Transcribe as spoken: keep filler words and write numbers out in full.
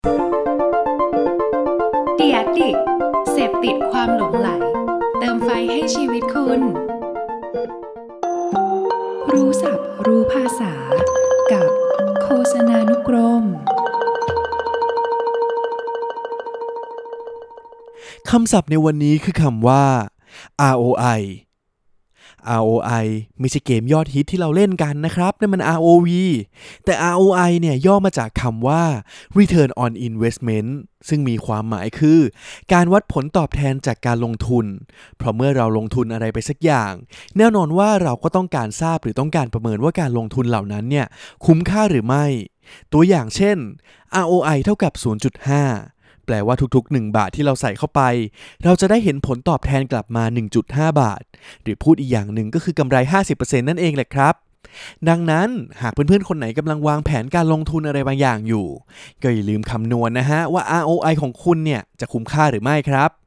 The Addict เสพติดความหลงใหลเติมไฟให้ชีวิตคุณรู้ศัพท์รู้ภาษากับโฆษณานุกรมคำศัพท์ในวันนี้คือคำว่า อาร์ โอ ไอ อาร์ โอ ไอ ไม่ใช่เกมยอดฮิตที่เราเล่นกันนะครับนั่นมัน อาร์ โอ วี แต่ อาร์ โอ ไอ เนี่ยย่อมาจากคำว่า Return on Investment ซึ่งมีความหมายคือการวัดผลตอบแทนจากการลงทุนเพราะเมื่อเราลงทุนอะไรไปสักอย่างแน่นอนว่าเราก็ต้องการทราบหรือต้องการประเมินว่าการลงทุนเหล่านั้นเนี่ยคุ้มค่าหรือไม่ตัวอย่างเช่น อาร์ โอ ไอ เท่ากับ ศูนย์จุดห้าแปลว่าทุกๆหนึ่งบาทที่เราใส่เข้าไปเราจะได้เห็นผลตอบแทนกลับมา หนึ่งจุดห้า บาทหรือพูดอีกอย่างหนึ่งก็คือกำไร ห้าสิบเปอร์เซ็นต์ นั่นเองแหละครับดังนั้นหากเพื่อนๆคนไหนกำลังวางแผนการลงทุนอะไรบางอย่างอยู่ก็อย่าลืมคำนวณนะฮะว่า อาร์ โอ ไอ ของคุณเนี่ยจะคุ้มค่าหรือไม่ครับ